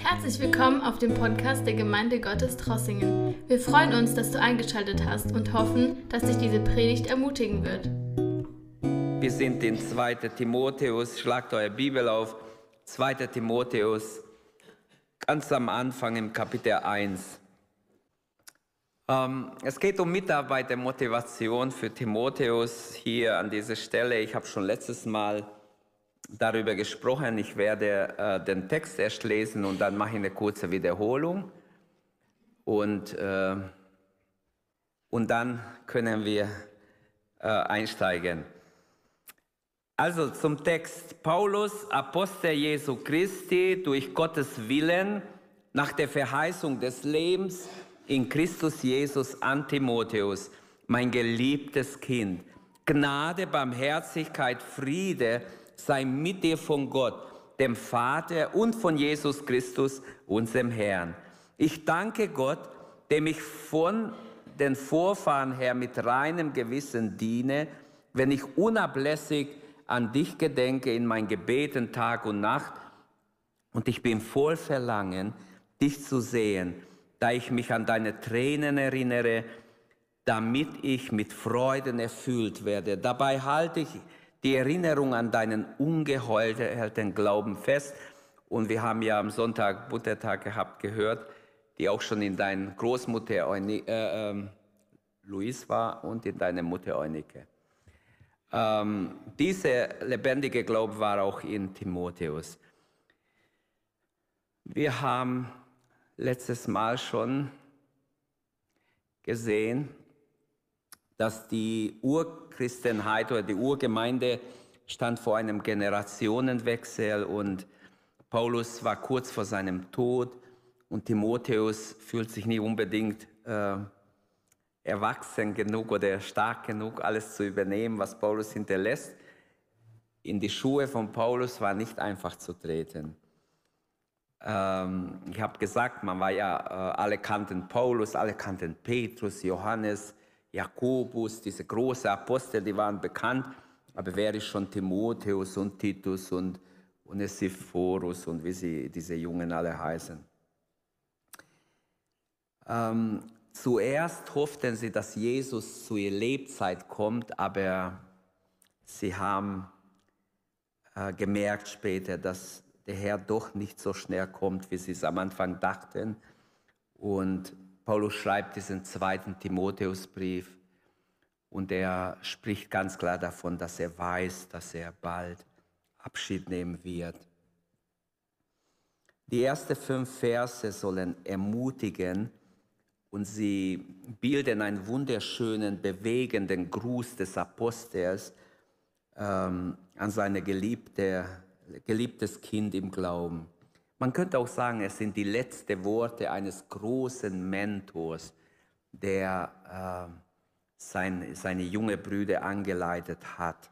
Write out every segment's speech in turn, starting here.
Herzlich willkommen auf dem Podcast der Gemeinde Gottes Trossingen. Wir freuen uns, dass du eingeschaltet hast und hoffen, dass dich diese Predigt ermutigen wird. Wir sind in 2. Timotheus, schlagt eure Bibel auf, 2. Timotheus, ganz am Anfang im Kapitel 1. Es geht um Mitarbeitermotivation für Timotheus hier an dieser Stelle. Ich habe schon letztes Mal darüber gesprochen. Ich werde den Text erst lesen und dann mache ich eine kurze Wiederholung. Und dann können wir einsteigen. Also zum Text. Paulus, Apostel Jesu Christi, durch Gottes Willen, nach der Verheißung des Lebens in Christus Jesus an Timotheus, mein geliebtes Kind. Gnade, Barmherzigkeit, Friede sei mit dir von Gott, dem Vater und von Jesus Christus, unserem Herrn. Ich danke Gott, dem ich von den Vorfahren her mit reinem Gewissen diene, wenn ich unablässig an dich gedenke in meinen Gebeten Tag und Nacht. Und ich bin voll Verlangen, dich zu sehen, da ich mich an deine Tränen erinnere, damit ich mit Freuden erfüllt werde. Dabei halte ich die Erinnerung an deinen ungeheilten Glauben fest. Und wir haben ja am Sonntag Muttertag gehabt, gehört, die auch schon in deiner Großmutter Luis war und in deiner Mutter Eunike. Dieser lebendige Glaube war auch in Timotheus. Wir haben letztes Mal schon gesehen, dass die Urchristenheit oder die Urgemeinde stand vor einem Generationenwechsel und Paulus war kurz vor seinem Tod und Timotheus fühlt sich nicht unbedingt erwachsen genug oder stark genug, alles zu übernehmen, was Paulus hinterlässt. In die Schuhe von Paulus war nicht einfach zu treten. Ich habe gesagt, man war ja, alle kannten Paulus, alle kannten Petrus, Johannes, Jakobus, diese großen Apostel, die waren bekannt, aber wer ist schon Timotheus und Titus und Onesiphorus und wie sie diese Jungen alle heißen. Zuerst hofften sie, dass Jesus zu ihrer Lebzeit kommt, aber sie haben gemerkt später, dass der Herr doch nicht so schnell kommt, wie sie es am Anfang dachten. Und Paulus schreibt diesen 2. Timotheusbrief und er spricht ganz klar davon, dass er weiß, dass er bald Abschied nehmen wird. Die ersten 5 Verse sollen ermutigen und sie bilden einen wunderschönen, bewegenden Gruß des Apostels an sein geliebtes Kind im Glauben. Man könnte auch sagen, es sind die letzten Worte eines großen Mentors, der seine jungen Brüder angeleitet hat.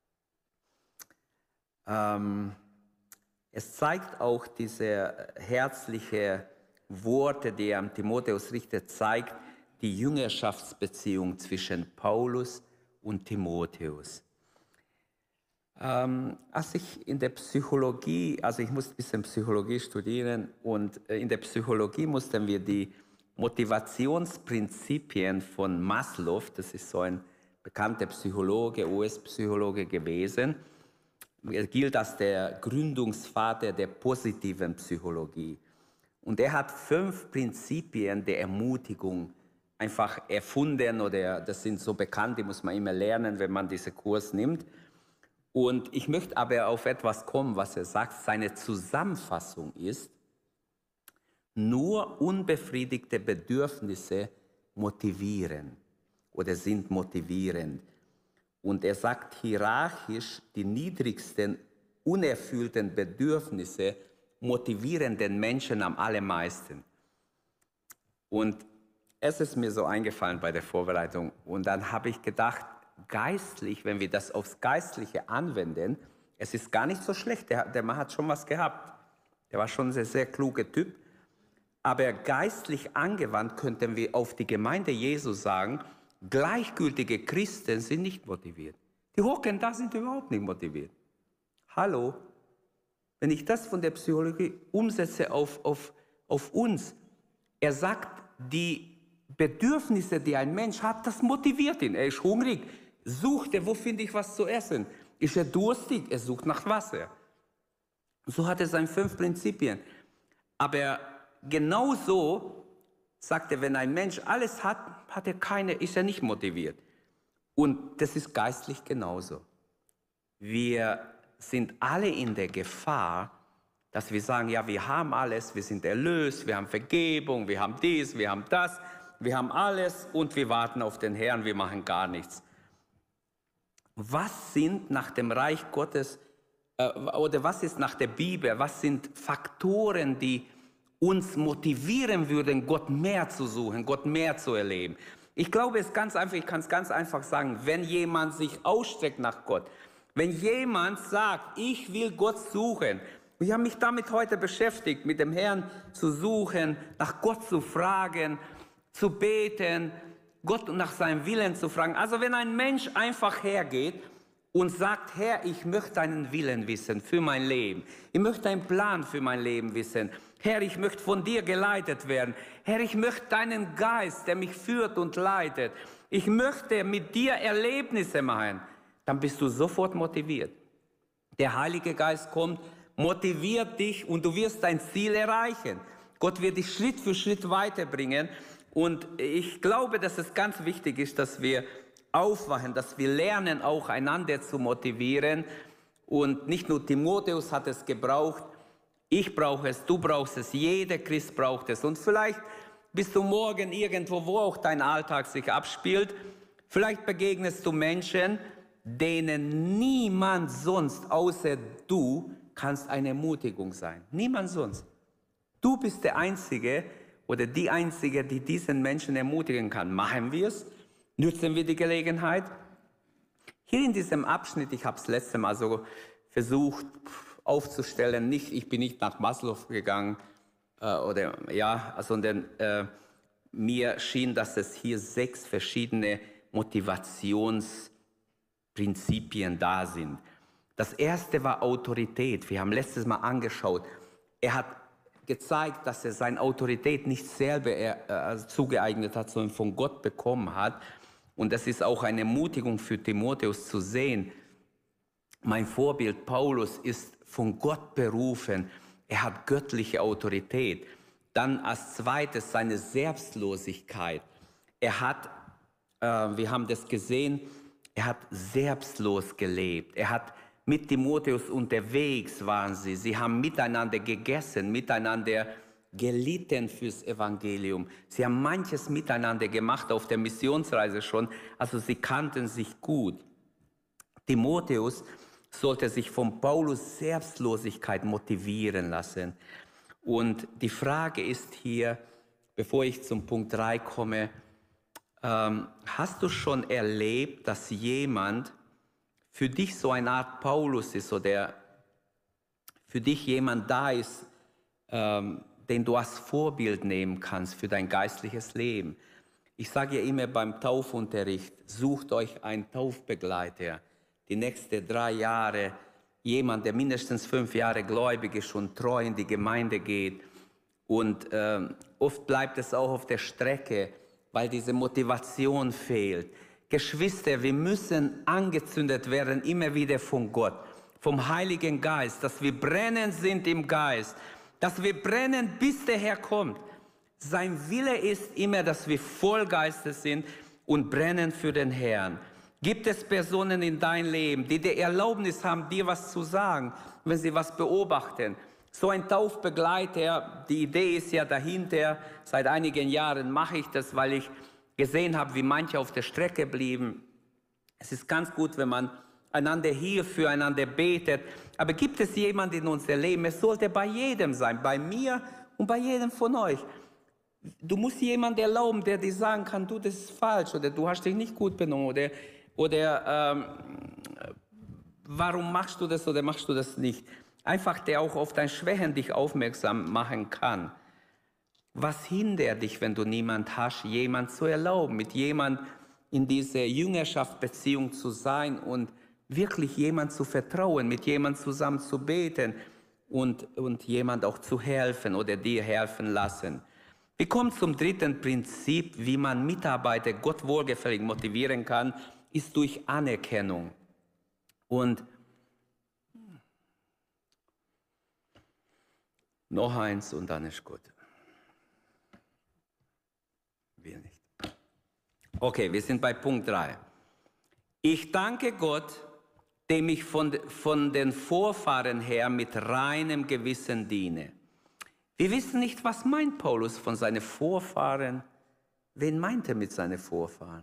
Es zeigt auch diese herzliche Worte, die er an Timotheus richtet, zeigt die Jüngerschaftsbeziehung zwischen Paulus und Timotheus. Als ich in der Psychologie, also ich musste ein bisschen Psychologie studieren und in der Psychologie mussten wir die Motivationsprinzipien von Maslow, das ist so ein bekannter Psychologe, US-Psychologe gewesen, er gilt als der Gründungsvater der positiven Psychologie. Und er hat 5 Prinzipien der Ermutigung einfach erfunden oder das sind so bekannt, die muss man immer lernen, wenn man diesen Kurs nimmt. Und ich möchte aber auf etwas kommen, was er sagt. Seine Zusammenfassung ist, nur unbefriedigte Bedürfnisse motivieren oder sind motivierend. Und er sagt hierarchisch, die niedrigsten, unerfüllten Bedürfnisse motivieren den Menschen am allermeisten. Und es ist mir so eingefallen bei der Vorbereitung. Und dann habe ich gedacht, geistlich, wenn wir das aufs Geistliche anwenden, es ist gar nicht so schlecht. Der Mann hat schon was gehabt. Der war schon ein sehr, sehr kluger Typ. Aber geistlich angewandt könnten wir auf die Gemeinde Jesu sagen, gleichgültige Christen sind nicht motiviert. Die hocken da, sind überhaupt nicht motiviert. Hallo? Wenn ich das von der Psychologie umsetze auf uns, er sagt, die Bedürfnisse, die ein Mensch hat, das motiviert ihn. Er ist hungrig, sucht er, wo finde ich was zu essen? Ist er durstig? Er sucht nach Wasser. So hat er seine 5 Prinzipien. Aber genauso sagt er, wenn ein Mensch alles hat, ist er nicht motiviert. Und das ist geistlich genauso. Wir sind alle in der Gefahr, dass wir sagen, ja, wir haben alles, wir sind erlöst, wir haben Vergebung, wir haben dies, wir haben das, wir haben alles und wir warten auf den Herrn, wir machen gar nichts. Was sind nach dem Reich Gottes, oder was ist nach der Bibel, was sind Faktoren, die uns motivieren würden, Gott mehr zu suchen, Gott mehr zu erleben? Ich glaube, es ist ganz einfach, ich kann es ganz einfach sagen, wenn jemand sich ausstreckt nach Gott, wenn jemand sagt, ich will Gott suchen, ich habe mich damit heute beschäftigt, mit dem Herrn zu suchen, nach Gott zu fragen, zu beten, Gott nach seinem Willen zu fragen. Also wenn ein Mensch einfach hergeht und sagt, Herr, ich möchte deinen Willen wissen für mein Leben. Ich möchte einen Plan für mein Leben wissen. Herr, ich möchte von dir geleitet werden. Herr, ich möchte deinen Geist, der mich führt und leitet. Ich möchte mit dir Erlebnisse machen. Dann bist du sofort motiviert. Der Heilige Geist kommt, motiviert dich und du wirst dein Ziel erreichen. Gott wird dich Schritt für Schritt weiterbringen. Und ich glaube, dass es ganz wichtig ist, dass wir aufwachen, dass wir lernen, auch einander zu motivieren. Und nicht nur Timotheus hat es gebraucht, ich brauche es, du brauchst es, jeder Christ braucht es. Und vielleicht bist du morgen irgendwo, wo auch dein Alltag sich abspielt. Vielleicht begegnest du Menschen, denen niemand sonst außer du kannst eine Ermutigung sein. Niemand sonst. Du bist der Einzige oder die Einzige, die diesen Menschen ermutigen kann. Machen wir es? Nutzen wir die Gelegenheit? Hier in diesem Abschnitt, ich habe es letzte Mal so versucht aufzustellen, ich bin nicht nach Maslow gegangen, sondern mir schien, dass es hier 6 verschiedene Motivationsprinzipien da sind. Das erste war Autorität. Wir haben letztes Mal angeschaut. Er hat gezeigt, dass er seine Autorität nicht selber zugeeignet hat, sondern von Gott bekommen hat. Und das ist auch eine Ermutigung für Timotheus zu sehen. Mein Vorbild Paulus ist von Gott berufen. Er hat göttliche Autorität. Dann als zweites seine Selbstlosigkeit. Er hat, wir haben das gesehen, er hat selbstlos gelebt. Er hat mit Timotheus unterwegs waren sie. Sie haben miteinander gegessen, miteinander gelitten fürs Evangelium. Sie haben manches miteinander gemacht auf der Missionsreise schon. Also sie kannten sich gut. Timotheus sollte sich von Paulus Selbstlosigkeit motivieren lassen. Und die Frage ist hier, bevor ich zum Punkt 3 komme, hast du schon erlebt, dass jemand für dich so eine Art Paulus ist oder für dich jemand da ist, den du als Vorbild nehmen kannst für dein geistliches Leben? Ich sage ja immer beim Taufunterricht, sucht euch einen Taufbegleiter. Die nächsten 3 Jahre, jemand, der mindestens 5 Jahre gläubig ist und treu in die Gemeinde geht. Und oft bleibt es auch auf der Strecke, weil diese Motivation fehlt. Geschwister, wir müssen angezündet werden, immer wieder von Gott, vom Heiligen Geist, dass wir brennend sind im Geist, dass wir brennen, bis der Herr kommt. Sein Wille ist immer, dass wir voll Geistes sind und brennen für den Herrn. Gibt es Personen in deinem Leben, die die Erlaubnis haben, dir was zu sagen, wenn sie was beobachten? So ein Taufbegleiter, die Idee ist ja dahinter, seit einigen Jahren mache ich das, weil ich gesehen habe, wie manche auf der Strecke blieben. Es ist ganz gut, wenn man einander hier füreinander betet. Aber gibt es jemanden in unserem Leben? Es sollte bei jedem sein, bei mir und bei jedem von euch. Du musst jemanden erlauben, der dir sagen kann, du, das ist falsch oder du hast dich nicht gut benommen oder warum machst du das oder machst du das nicht? Einfach, der auch auf deine Schwächen dich aufmerksam machen kann. Was hindert dich, wenn du niemand hast, jemand zu erlauben, mit jemand in dieser Jüngerschaftsbeziehung zu sein und wirklich jemand zu vertrauen, mit jemand zusammen zu beten und jemand auch zu helfen oder dir helfen lassen. Wir kommen zum dritten Prinzip, wie man Mitarbeiter Gott wohlgefällig motivieren kann, ist durch Anerkennung. Und noch eins und dann ist gut. Wir nicht. Okay, wir sind bei Punkt 3. Ich danke Gott, dem ich von den Vorfahren her mit reinem Gewissen diene. Wir wissen nicht, was meint Paulus von seinen Vorfahren. Wen meint er mit seinen Vorfahren?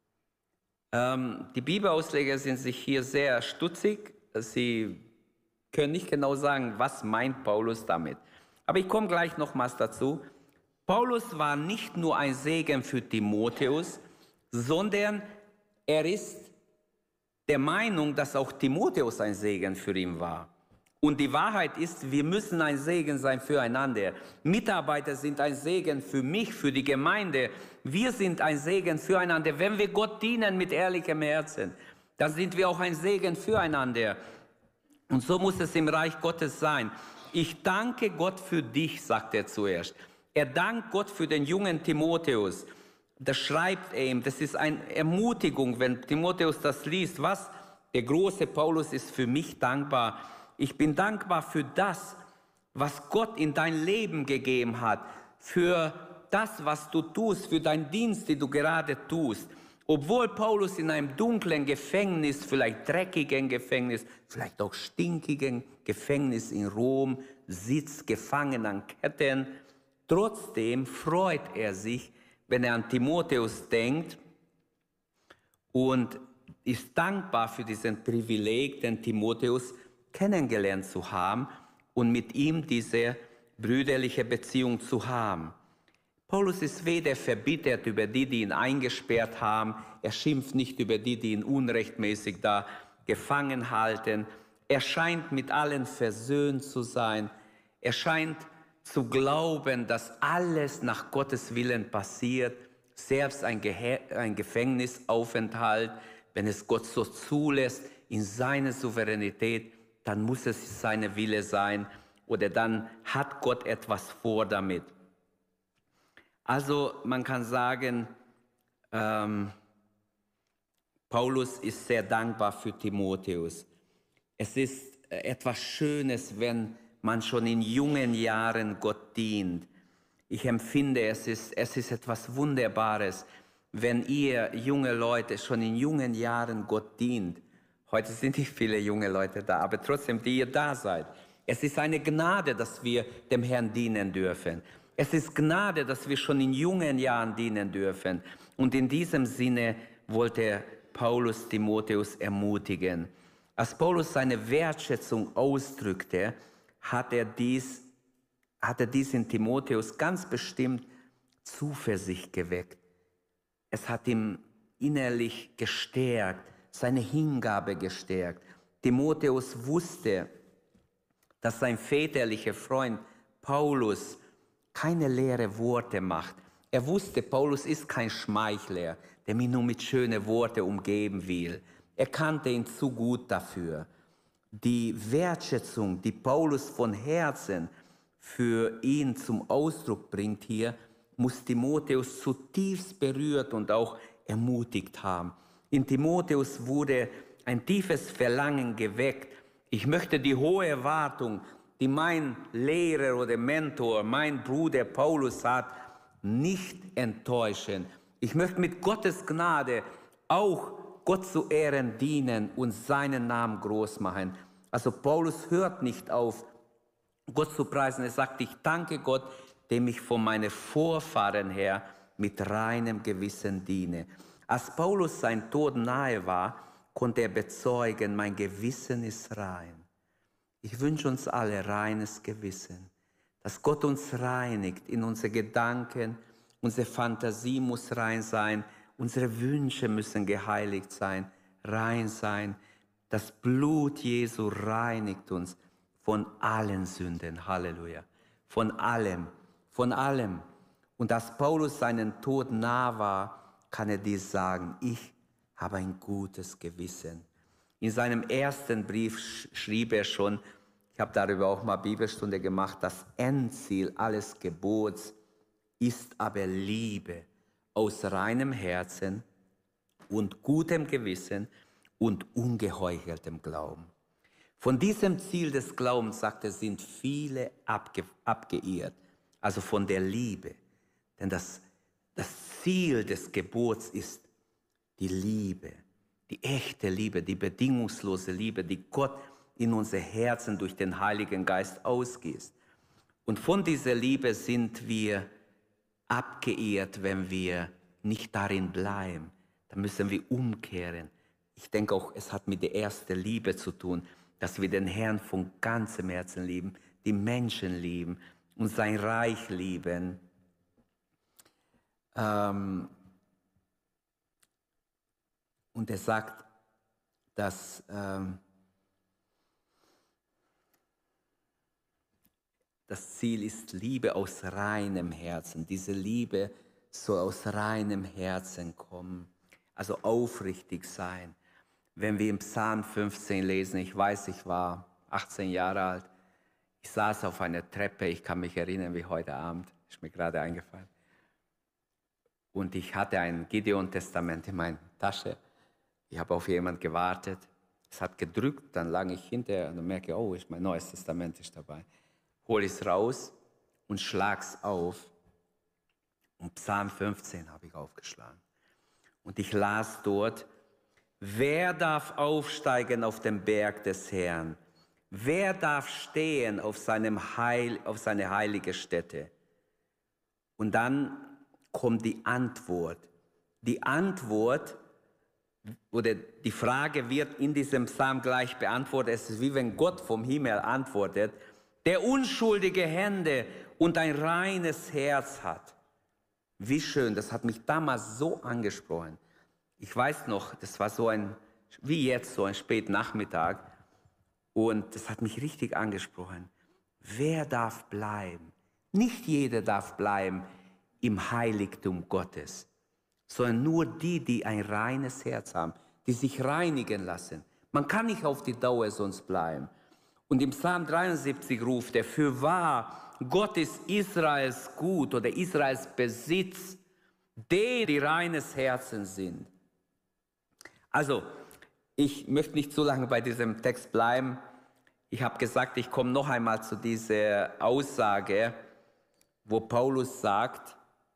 Die Bibelausleger sind sich hier sehr stutzig. Sie können nicht genau sagen, was meint Paulus damit. Aber ich komme gleich nochmals dazu. Paulus war nicht nur ein Segen für Timotheus, sondern er ist der Meinung, dass auch Timotheus ein Segen für ihn war. Und die Wahrheit ist, wir müssen ein Segen sein füreinander. Mitarbeiter sind ein Segen für mich, für die Gemeinde. Wir sind ein Segen füreinander. Wenn wir Gott dienen mit ehrlichem Herzen, dann sind wir auch ein Segen füreinander. Und so muss es im Reich Gottes sein. Ich danke Gott für dich, sagt er zuerst. Er dankt Gott für den jungen Timotheus. Das schreibt er ihm. Das ist eine Ermutigung, wenn Timotheus das liest. Was? Der große Paulus ist für mich dankbar. Ich bin dankbar für das, was Gott in dein Leben gegeben hat, für das, was du tust, für deinen Dienst, den du gerade tust. Obwohl Paulus in einem dunklen Gefängnis, vielleicht dreckigen Gefängnis, vielleicht auch stinkigen Gefängnis in Rom sitzt, gefangen an Ketten, trotzdem freut er sich, wenn er an Timotheus denkt und ist dankbar für diesen Privileg, den Timotheus kennengelernt zu haben und mit ihm diese brüderliche Beziehung zu haben. Paulus ist weder verbittert über die, die ihn eingesperrt haben, er schimpft nicht über die, die ihn unrechtmäßig da gefangen halten. Er scheint mit allen versöhnt zu sein. Er scheint zu glauben, dass alles nach Gottes Willen passiert, selbst ein Gefängnisaufenthalt, wenn es Gott so zulässt, in seiner Souveränität, dann muss es seine Wille sein oder dann hat Gott etwas vor damit. Also man kann sagen, Paulus ist sehr dankbar für Timotheus. Es ist etwas Schönes, wenn man schon in jungen Jahren Gott dient. Ich empfinde, es ist etwas Wunderbares, wenn ihr junge Leute schon in jungen Jahren Gott dient. Heute sind nicht viele junge Leute da, aber trotzdem, die ihr da seid. Es ist eine Gnade, dass wir dem Herrn dienen dürfen. Es ist Gnade, dass wir schon in jungen Jahren dienen dürfen. Und in diesem Sinne wollte Paulus Timotheus ermutigen. Als Paulus seine Wertschätzung ausdrückte, hat er dies in Timotheus ganz bestimmt Zuversicht geweckt. Es hat ihn innerlich gestärkt, seine Hingabe gestärkt. Timotheus wusste, dass sein väterlicher Freund Paulus keine leeren Worte macht. Er wusste, Paulus ist kein Schmeichler, der mich nur mit schönen Worten umgeben will. Er kannte ihn zu gut dafür. Die Wertschätzung, die Paulus von Herzen für ihn zum Ausdruck bringt hier, muss Timotheus zutiefst berührt und auch ermutigt haben. In Timotheus wurde ein tiefes Verlangen geweckt. Ich möchte die hohe Erwartung, die mein Lehrer oder Mentor, mein Bruder Paulus hat, nicht enttäuschen. Ich möchte mit Gottes Gnade auch Gott zu Ehren dienen und seinen Namen groß machen. Also Paulus hört nicht auf, Gott zu preisen. Er sagt, ich danke Gott, dem ich von meinen Vorfahren her mit reinem Gewissen diene. Als Paulus sein Tod nahe war, konnte er bezeugen, mein Gewissen ist rein. Ich wünsche uns alle reines Gewissen, dass Gott uns reinigt in unsere Gedanken, unsere Fantasie muss rein sein, unsere Wünsche müssen geheiligt sein, rein sein. Das Blut Jesu reinigt uns von allen Sünden, Halleluja, von allem, von allem. Und als Paulus seinen Tod nah war, kann er dies sagen, ich habe ein gutes Gewissen. In seinem ersten Brief schrieb er schon, Ich habe darüber auch mal Bibelstunde gemacht. Das Endziel alles Gebots ist aber Liebe aus reinem Herzen und gutem Gewissen und ungeheucheltem Glauben. Von diesem Ziel des Glaubens, sagt er, sind viele abgeirrt, also von der Liebe. Denn das Ziel des Gebots ist die Liebe, die echte Liebe, die bedingungslose Liebe, die Gott in unser Herzen durch den Heiligen Geist ausgießt. Und von dieser Liebe sind wir abgeirrt, wenn wir nicht darin bleiben. Dann müssen wir umkehren. Ich denke auch, es hat mit der ersten Liebe zu tun, dass wir den Herrn von ganzem Herzen lieben, die Menschen lieben und sein Reich lieben. Und er sagt, dass das Ziel ist Liebe aus reinem Herzen. Diese Liebe soll aus reinem Herzen kommen, also aufrichtig sein. Wenn wir im Psalm 15 lesen, ich weiß, ich war 18 Jahre alt, ich saß auf einer Treppe, ich kann mich erinnern wie heute Abend, ist mir gerade eingefallen. Und ich hatte ein Gideon-Testament in meiner Tasche. Ich habe auf jemanden gewartet. Es hat gedrückt, dann lag ich hinterher und dann merke ich, oh, mein neues Testament ist dabei. Hole es raus und schlag's auf. Und Psalm 15 habe ich aufgeschlagen. Und ich las dort, wer darf aufsteigen auf den Berg des Herrn? Wer darf stehen auf seine heilige Stätte? Und dann kommt die Antwort. Die Antwort oder die Frage wird in diesem Psalm gleich beantwortet. Es ist wie wenn Gott vom Himmel antwortet, der unschuldige Hände und ein reines Herz hat. Wie schön, das hat mich damals so angesprochen. Ich weiß noch, das war wie jetzt, so ein Spätnachmittag. Und das hat mich richtig angesprochen. Wer darf bleiben? Nicht jeder darf bleiben im Heiligtum Gottes, sondern nur die, die ein reines Herz haben, die sich reinigen lassen. Man kann nicht auf die Dauer sonst bleiben. Und im Psalm 73 ruft er, fürwahr, Gott ist Israels Gut oder Israels Besitz, die reines Herzen sind. Also, ich möchte nicht zu lange bei diesem Text bleiben. Ich habe gesagt, ich komme noch einmal zu dieser Aussage, wo Paulus sagt,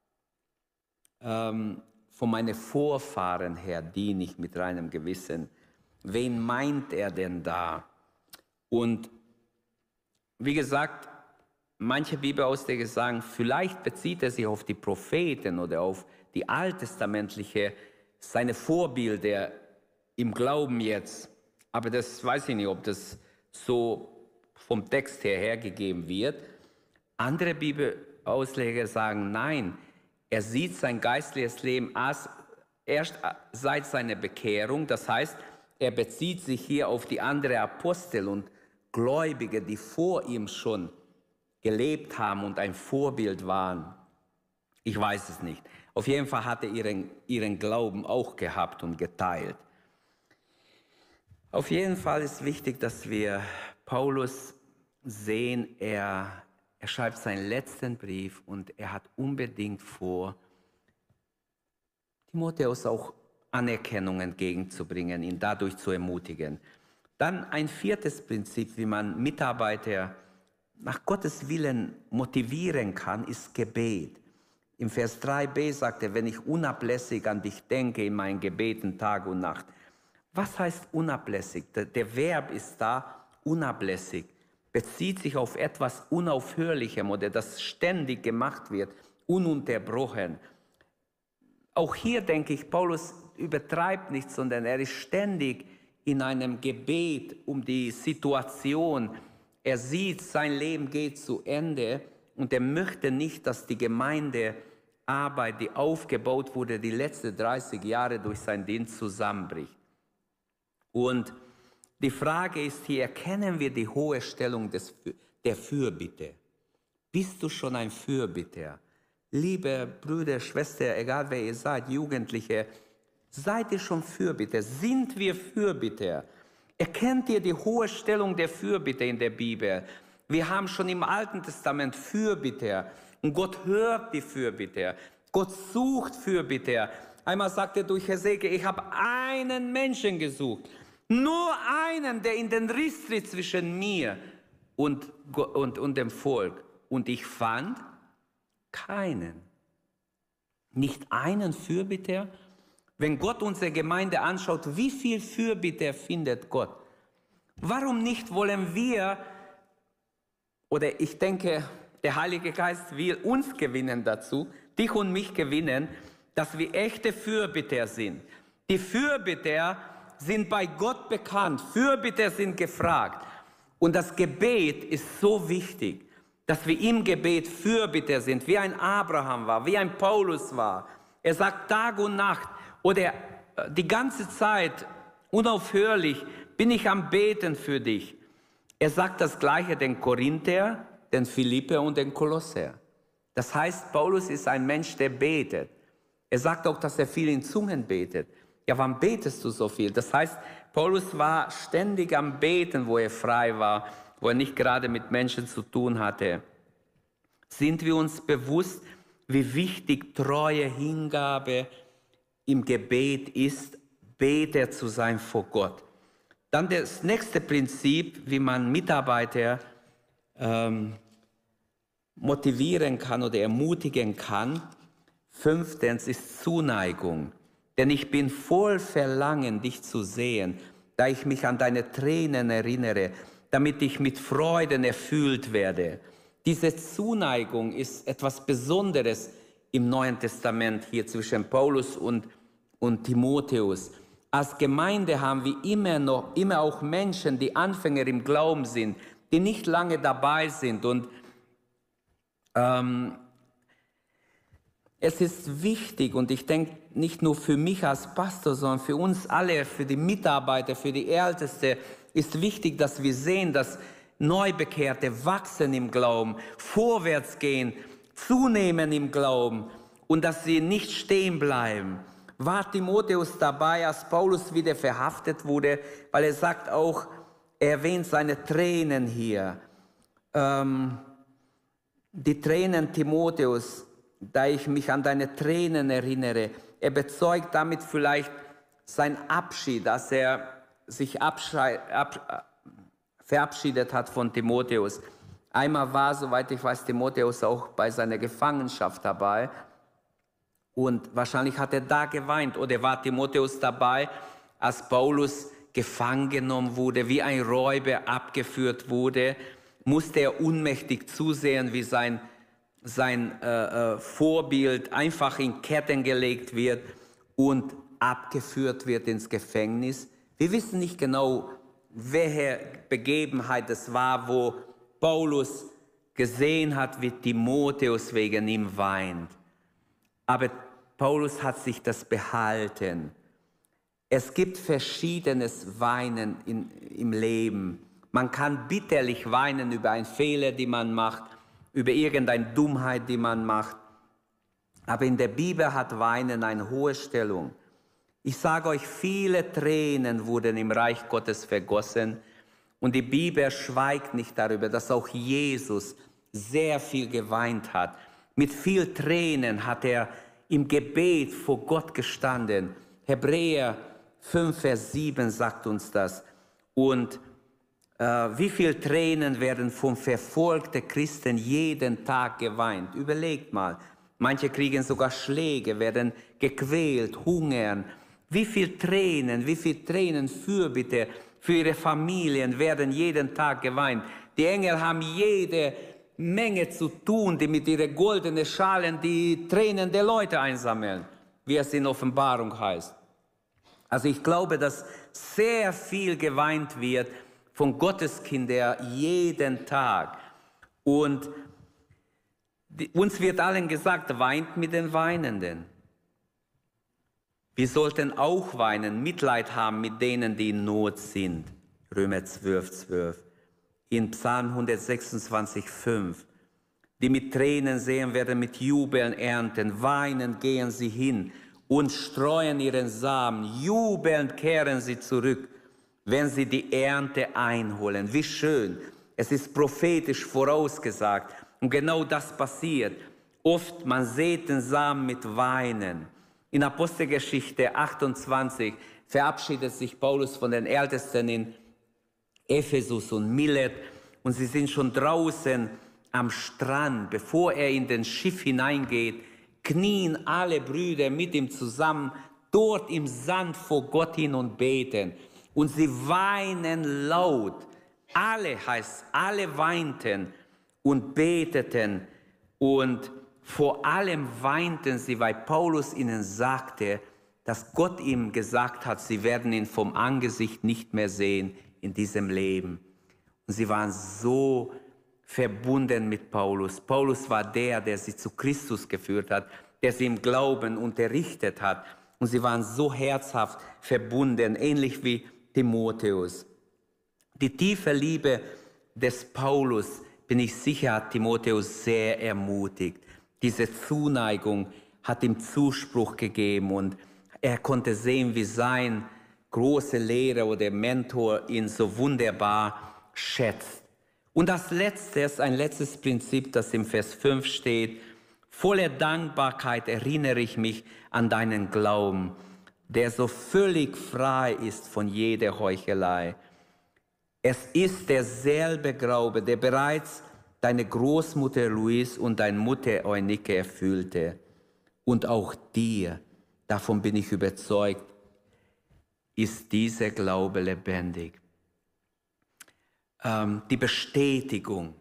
von meinen Vorfahren her diene ich mit reinem Gewissen. Wen meint er denn da? Und wie gesagt, manche Bibelausleger sagen, vielleicht bezieht er sich auf die Propheten oder auf die alttestamentliche, seine Vorbilder im Glauben jetzt. Aber das weiß ich nicht, ob das so vom Text her hergegeben wird. Andere Bibelausleger sagen, nein, er sieht sein geistliches Leben erst seit seiner Bekehrung. Das heißt, er bezieht sich hier auf die anderen Apostel und Gläubige, die vor ihm schon gelebt haben und ein Vorbild waren. Ich weiß es nicht. Auf jeden Fall hat er ihren Glauben auch gehabt und geteilt. Auf jeden Fall ist wichtig, dass wir Paulus sehen, er schreibt seinen letzten Brief und er hat unbedingt vor, Timotheus auch Anerkennung entgegenzubringen, ihn dadurch zu ermutigen. Dann ein viertes Prinzip, wie man Mitarbeiter nach Gottes Willen motivieren kann, ist Gebet. Im Vers 3b sagt er, wenn ich unablässig an dich denke in meinen Gebeten Tag und Nacht. Was heißt unablässig? Der Verb ist da, unablässig. Bezieht sich auf etwas Unaufhörlichem oder das ständig gemacht wird, ununterbrochen. Auch hier denke ich, Paulus übertreibt nicht, sondern er ist ständig in einem Gebet um die Situation. Er sieht, sein Leben geht zu Ende und er möchte nicht, dass die Gemeindearbeit, die aufgebaut wurde, die letzten 30 Jahre durch seinen Dienst zusammenbricht. Und die Frage ist hier, erkennen wir die hohe Stellung der Fürbitte? Bist du schon ein Fürbitter? Liebe Brüder, Schwestern, egal wer ihr seid, Jugendliche, seid ihr schon Fürbitter? Sind wir Fürbitter? Erkennt ihr die hohe Stellung der Fürbitte in der Bibel? Wir haben schon im Alten Testament Fürbitter und Gott hört die Fürbitter. Gott sucht Fürbitter. Einmal sagt er durch Hesekiel, ich habe einen Menschen gesucht. Nur einen, der in den Riss tritt zwischen mir und dem Volk. Und ich fand keinen. Nicht einen Fürbitter. Wenn Gott unsere Gemeinde anschaut, wie viel Fürbitter findet Gott? Warum nicht wollen wir, oder ich denke, der Heilige Geist will uns gewinnen dazu, dich und mich gewinnen, dass wir echte Fürbitter sind. Die Fürbitter sind bei Gott bekannt, Fürbitter sind gefragt. Und das Gebet ist so wichtig, dass wir im Gebet Fürbitter sind, wie ein Abraham war, wie ein Paulus war. Er sagt Tag und Nacht oder die ganze Zeit unaufhörlich bin ich am Beten für dich. Er sagt das Gleiche den Korinther, den Philipper und den Kolosser. Das heißt, Paulus ist ein Mensch, der betet. Er sagt auch, dass er viel in Zungen betet. Ja, wann betest du so viel? Das heißt, Paulus war ständig am Beten, wo er frei war, wo er nicht gerade mit Menschen zu tun hatte. Sind wir uns bewusst, wie wichtig treue Hingabe im Gebet ist, Beter zu sein vor Gott? Dann das nächste Prinzip, wie man Mitarbeiter motivieren kann oder ermutigen kann. 5. ist Zuneigung. Denn ich bin voll Verlangen, dich zu sehen, da ich mich an deine Tränen erinnere, damit ich mit Freuden erfüllt werde. Diese Zuneigung ist etwas Besonderes im Neuen Testament hier zwischen Paulus und Timotheus. Als Gemeinde haben wir immer auch Menschen, die Anfänger im Glauben sind, die nicht lange dabei sind. Und es ist wichtig, und ich denke nicht nur für mich als Pastor, sondern für uns alle, für die Mitarbeiter, für die Ältesten, ist wichtig, dass wir sehen, dass Neubekehrte wachsen im Glauben, vorwärts gehen, zunehmen im Glauben und dass sie nicht stehen bleiben. War Timotheus dabei, als Paulus wieder verhaftet wurde, weil er sagt auch, er erwähnt seine Tränen hier. Die Tränen Timotheus, da ich mich an deine Tränen erinnere. Er bezeugt damit vielleicht seinen Abschied, dass er sich verabschiedet hat von Timotheus. Einmal war, soweit ich weiß, Timotheus auch bei seiner Gefangenschaft dabei. Und wahrscheinlich hat er da geweint. Oder war Timotheus dabei, als Paulus gefangen genommen wurde, wie ein Räuber abgeführt wurde, musste er ohnmächtig zusehen, wie sein Vorbild einfach in Ketten gelegt wird und abgeführt wird ins Gefängnis. Wir wissen nicht genau, welche Begebenheit es war, wo Paulus gesehen hat, wie Timotheus wegen ihm weint. Aber Paulus hat sich das behalten. Es gibt verschiedenes Weinen im Leben. Man kann bitterlich weinen über einen Fehler, den man macht, über irgendeine Dummheit, die man macht. Aber in der Bibel hat Weinen eine hohe Stellung. Ich sage euch, viele Tränen wurden im Reich Gottes vergossen. Und die Bibel schweigt nicht darüber, dass auch Jesus sehr viel geweint hat. Mit viel Tränen hat er im Gebet vor Gott gestanden. Hebräer 5, Vers 7 sagt uns das. Und wie viele Tränen werden von verfolgten Christen jeden Tag geweint? Überlegt mal. Manche kriegen sogar Schläge, werden gequält, hungern. Wie viele Tränen Fürbitte für ihre Familien werden jeden Tag geweint. Die Engel haben jede Menge zu tun, die mit ihren goldenen Schalen die Tränen der Leute einsammeln, wie es in Offenbarung heißt. Also ich glaube, dass sehr viel geweint wird von Gotteskindern jeden Tag. Und uns wird allen gesagt, weint mit den Weinenden. Wir sollten auch weinen, Mitleid haben mit denen, die in Not sind. Römer 12, 12. In Psalm 126, 5. Die mit Tränen sehen, werden mit Jubeln ernten. Weinen gehen sie hin und streuen ihren Samen. Jubelnd kehren sie zurück. wenn sie die Ernte einholen. Wie schön. Es ist prophetisch vorausgesagt. Und genau das passiert. Oft, man sät den Samen mit Weinen. In Apostelgeschichte 28 verabschiedet sich Paulus von den Ältesten in Ephesus und Milet. Und sie sind schon draußen am Strand. Bevor er in das Schiff hineingeht, knien alle Brüder mit ihm zusammen, dort im Sand vor Gott hin und beten. Und sie weinen laut. Alle weinten und beteten. Und vor allem weinten sie, weil Paulus ihnen sagte, dass Gott ihm gesagt hat, sie werden ihn vom Angesicht nicht mehr sehen in diesem Leben. Und sie waren so verbunden mit Paulus. Paulus war der sie zu Christus geführt hat, der sie im Glauben unterrichtet hat. Und sie waren so herzhaft verbunden, ähnlich wie Timotheus. Die tiefe Liebe des Paulus, bin ich sicher, hat Timotheus sehr ermutigt. Diese Zuneigung hat ihm Zuspruch gegeben und er konnte sehen, wie sein großer Lehrer oder Mentor ihn so wunderbar schätzt. Und das Letzte ist ein letztes Prinzip, das im Vers 5 steht. Voller Dankbarkeit erinnere ich mich an deinen Glauben, der so völlig frei ist von jeder Heuchelei. Es ist derselbe Glaube, der bereits deine Großmutter Louise und deine Mutter Eunike erfüllte. Und auch dir, davon bin ich überzeugt, ist dieser Glaube lebendig. Die Bestätigung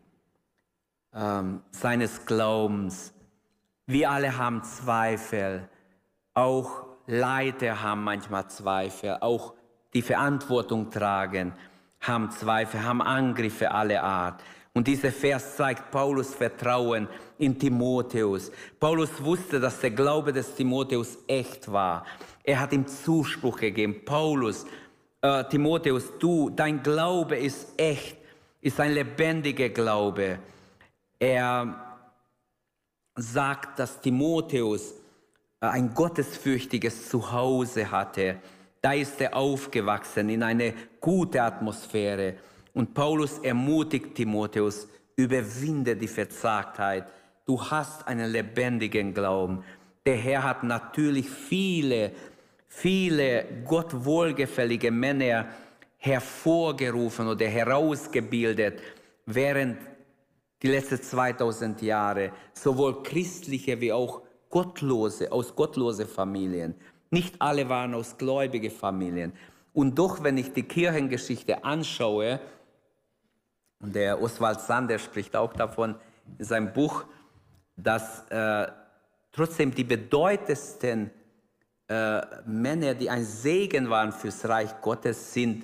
seines Glaubens. Wir alle haben Zweifel, auch Leiter haben manchmal Zweifel, auch die Verantwortung tragen, haben Zweifel, haben Angriffe aller Art. Und dieser Vers zeigt Paulus Vertrauen in Timotheus. Paulus wusste, dass der Glaube des Timotheus echt war. Er hat ihm Zuspruch gegeben. Timotheus, dein Glaube ist echt, ist ein lebendiger Glaube. Er sagt, dass Timotheus ein gottesfürchtiges Zuhause hatte. Da ist er aufgewachsen in eine gute Atmosphäre. Und Paulus ermutigt Timotheus, überwinde die Verzagtheit. Du hast einen lebendigen Glauben. Der Herr hat natürlich viele Gott wohlgefällige Männer hervorgerufen oder herausgebildet während die letzten 2000 Jahre. Sowohl christliche wie auch aus gottlose Familien. Nicht alle waren aus gläubigen Familien. Und doch, wenn ich die Kirchengeschichte anschaue, und der Oswald Sander spricht auch davon in seinem Buch, dass trotzdem die bedeutendsten Männer, die ein Segen waren fürs Reich Gottes, sind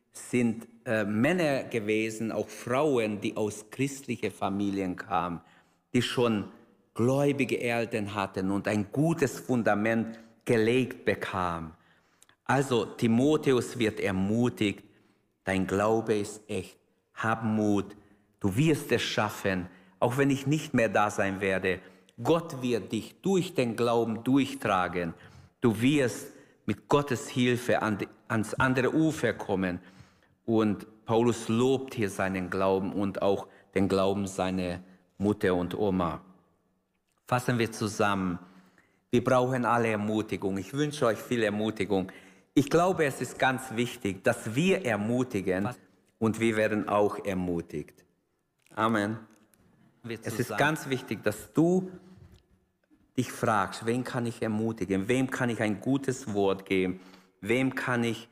Männer gewesen, auch Frauen, die aus christlichen Familien kamen, die schon gläubige Eltern hatten und ein gutes Fundament gelegt bekamen. Also Timotheus wird ermutigt, dein Glaube ist echt, hab Mut, du wirst es schaffen, auch wenn ich nicht mehr da sein werde. Gott wird dich durch den Glauben durchtragen. Du wirst mit Gottes Hilfe ans andere Ufer kommen. Und Paulus lobt hier seinen Glauben und auch den Glauben seiner Mutter und Oma. Fassen wir zusammen. Wir brauchen alle Ermutigung. Ich wünsche euch viel Ermutigung. Ich glaube, es ist ganz wichtig, dass wir ermutigen und wir werden auch ermutigt. Amen. Es ist ganz wichtig, dass du dich fragst, wen kann ich ermutigen? Wem kann ich ein gutes Wort geben? Wem kann ich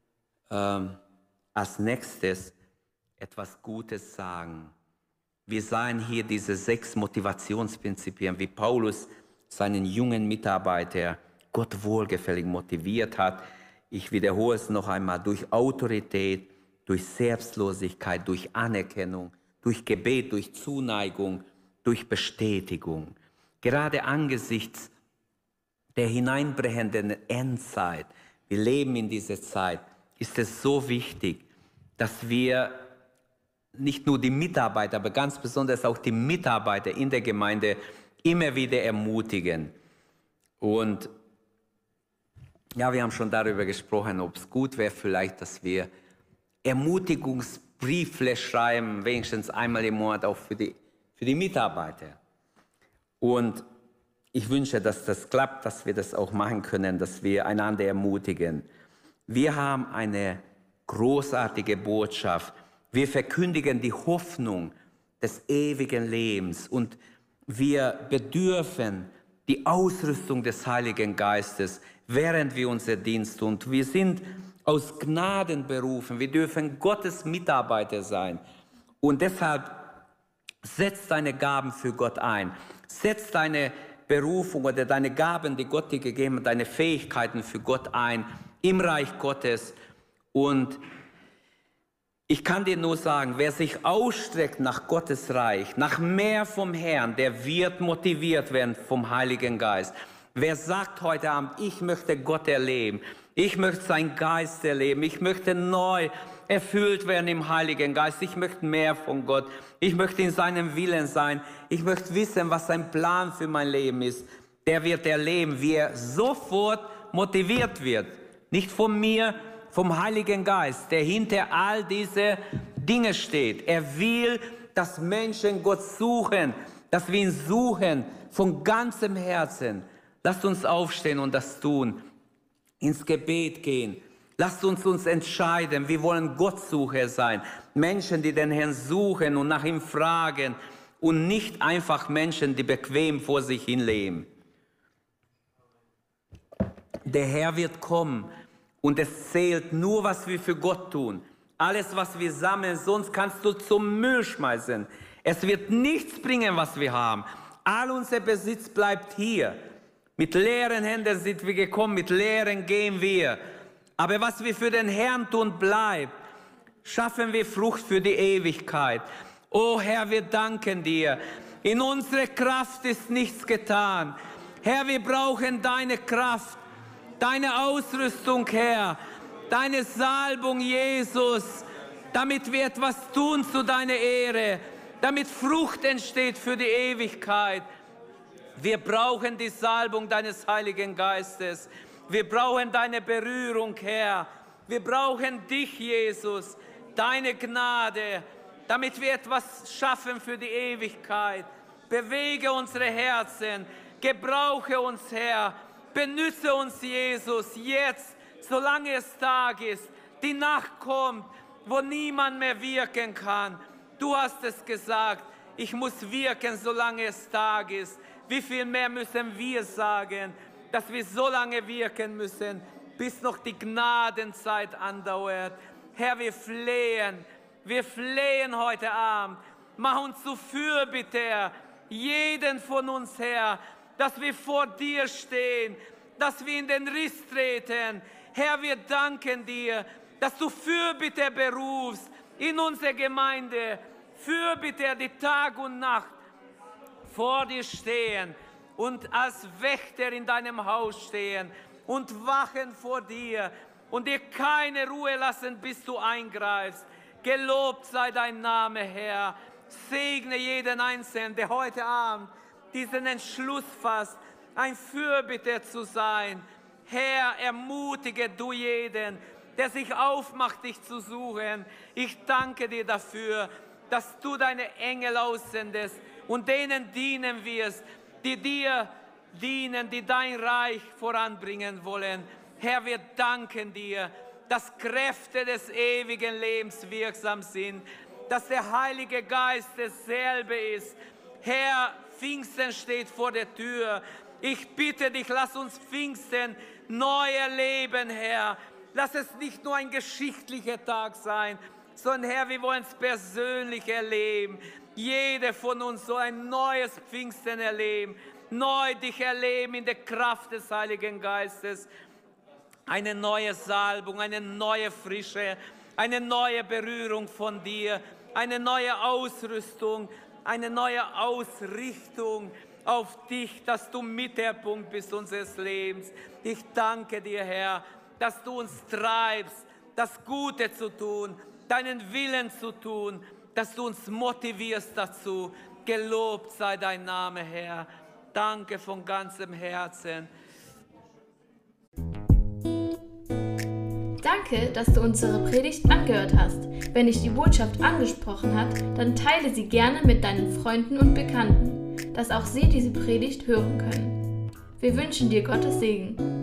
als nächstes etwas Gutes sagen? Wir sahen hier diese 6 Motivationsprinzipien, wie Paulus seinen jungen Mitarbeiter Gott wohlgefällig motiviert hat. Ich wiederhole es noch einmal, durch Autorität, durch Selbstlosigkeit, durch Anerkennung, durch Gebet, durch Zuneigung, durch Bestätigung. Gerade angesichts der hineinbrechenden Endzeit, wir leben in dieser Zeit, ist es so wichtig, dass wir nicht nur die Mitarbeiter, aber ganz besonders auch die Mitarbeiter in der Gemeinde immer wieder ermutigen. Und ja, wir haben schon darüber gesprochen, ob es gut wäre vielleicht, dass wir Ermutigungsbriefle schreiben, wenigstens einmal im Monat auch für die Mitarbeiter. Und ich wünsche, dass das klappt, dass wir das auch machen können, dass wir einander ermutigen. Wir haben eine großartige Botschaft. Wir verkündigen die Hoffnung des ewigen Lebens und wir bedürfen die Ausrüstung des Heiligen Geistes, während wir unseren Dienst tun. Wir sind aus Gnaden berufen. Wir dürfen Gottes Mitarbeiter sein. Und deshalb setz deine Gaben für Gott ein. Setz deine Berufung oder deine Gaben, die Gott dir gegeben hat, deine Fähigkeiten für Gott ein, im Reich Gottes. Und ich kann dir nur sagen, wer sich ausstreckt nach Gottes Reich, nach mehr vom Herrn, der wird motiviert werden vom Heiligen Geist. Wer sagt heute Abend, ich möchte Gott erleben, ich möchte seinen Geist erleben, ich möchte neu erfüllt werden im Heiligen Geist, ich möchte mehr von Gott, ich möchte in seinem Willen sein, ich möchte wissen, was sein Plan für mein Leben ist, der wird erleben, wie er sofort motiviert wird. Nicht von mir, vom Heiligen Geist, der hinter all diese Dinge steht. Er will, dass Menschen Gott suchen, dass wir ihn suchen von ganzem Herzen. Lasst uns aufstehen und das tun. Ins Gebet gehen. Lasst uns entscheiden. Wir wollen Gottsucher sein. Menschen, die den Herrn suchen und nach ihm fragen und nicht einfach Menschen, die bequem vor sich hin leben. Der Herr wird kommen. Und es zählt nur, was wir für Gott tun. Alles, was wir sammeln, sonst kannst du zum Müll schmeißen. Es wird nichts bringen, was wir haben. All unser Besitz bleibt hier. Mit leeren Händen sind wir gekommen, mit leeren gehen wir. Aber was wir für den Herrn tun, bleibt. Schaffen wir Frucht für die Ewigkeit. Oh Herr, wir danken dir. In unserer Kraft ist nichts getan. Herr, wir brauchen deine Kraft. Deine Ausrüstung, Herr, deine Salbung, Jesus, damit wir etwas tun zu deiner Ehre, damit Frucht entsteht für die Ewigkeit. Wir brauchen die Salbung deines Heiligen Geistes. Wir brauchen deine Berührung, Herr. Wir brauchen dich, Jesus, deine Gnade, damit wir etwas schaffen für die Ewigkeit. Bewege unsere Herzen, gebrauche uns, Herr. Benütze uns, Jesus, jetzt, solange es Tag ist. Die Nacht kommt, wo niemand mehr wirken kann. Du hast es gesagt, ich muss wirken, solange es Tag ist. Wie viel mehr müssen wir sagen, dass wir so lange wirken müssen, bis noch die Gnadenzeit andauert. Herr, wir flehen heute Abend. Mach uns zu Fürbitter, jeden von uns, Herr, dass wir vor dir stehen, dass wir in den Riss treten. Herr, wir danken dir, dass du Fürbitter berufst in unserer Gemeinde. Fürbitter, die Tag und Nacht vor dir stehen und als Wächter in deinem Haus stehen und wachen vor dir und dir keine Ruhe lassen, bis du eingreifst. Gelobt sei dein Name, Herr. Segne jeden Einzelnen, der heute Abend diesen Entschluss fasst, ein Fürbitter zu sein. Herr, ermutige du jeden, der sich aufmacht, dich zu suchen. Ich danke dir dafür, dass du deine Engel aussendest und denen dienen wirst, die dir dienen, die dein Reich voranbringen wollen. Herr, wir danken dir, dass Kräfte des ewigen Lebens wirksam sind, dass der Heilige Geist dasselbe ist. Herr, Pfingsten steht vor der Tür. Ich bitte dich, lass uns Pfingsten neu erleben, Herr. Lass es nicht nur ein geschichtlicher Tag sein, sondern Herr, wir wollen es persönlich erleben. Jeder von uns soll ein neues Pfingsten erleben, neu dich erleben in der Kraft des Heiligen Geistes. Eine neue Salbung, eine neue Frische, eine neue Berührung von dir, eine neue Ausrüstung, eine neue Ausrichtung auf dich, dass du Mittelpunkt bist unseres Lebens. Ich danke dir, Herr, dass du uns treibst, das Gute zu tun, deinen Willen zu tun, dass du uns motivierst dazu. Gelobt sei dein Name, Herr. Danke von ganzem Herzen. Danke, dass du unsere Predigt angehört hast. Wenn dich die Botschaft angesprochen hat, dann teile sie gerne mit deinen Freunden und Bekannten, dass auch sie diese Predigt hören können. Wir wünschen dir Gottes Segen.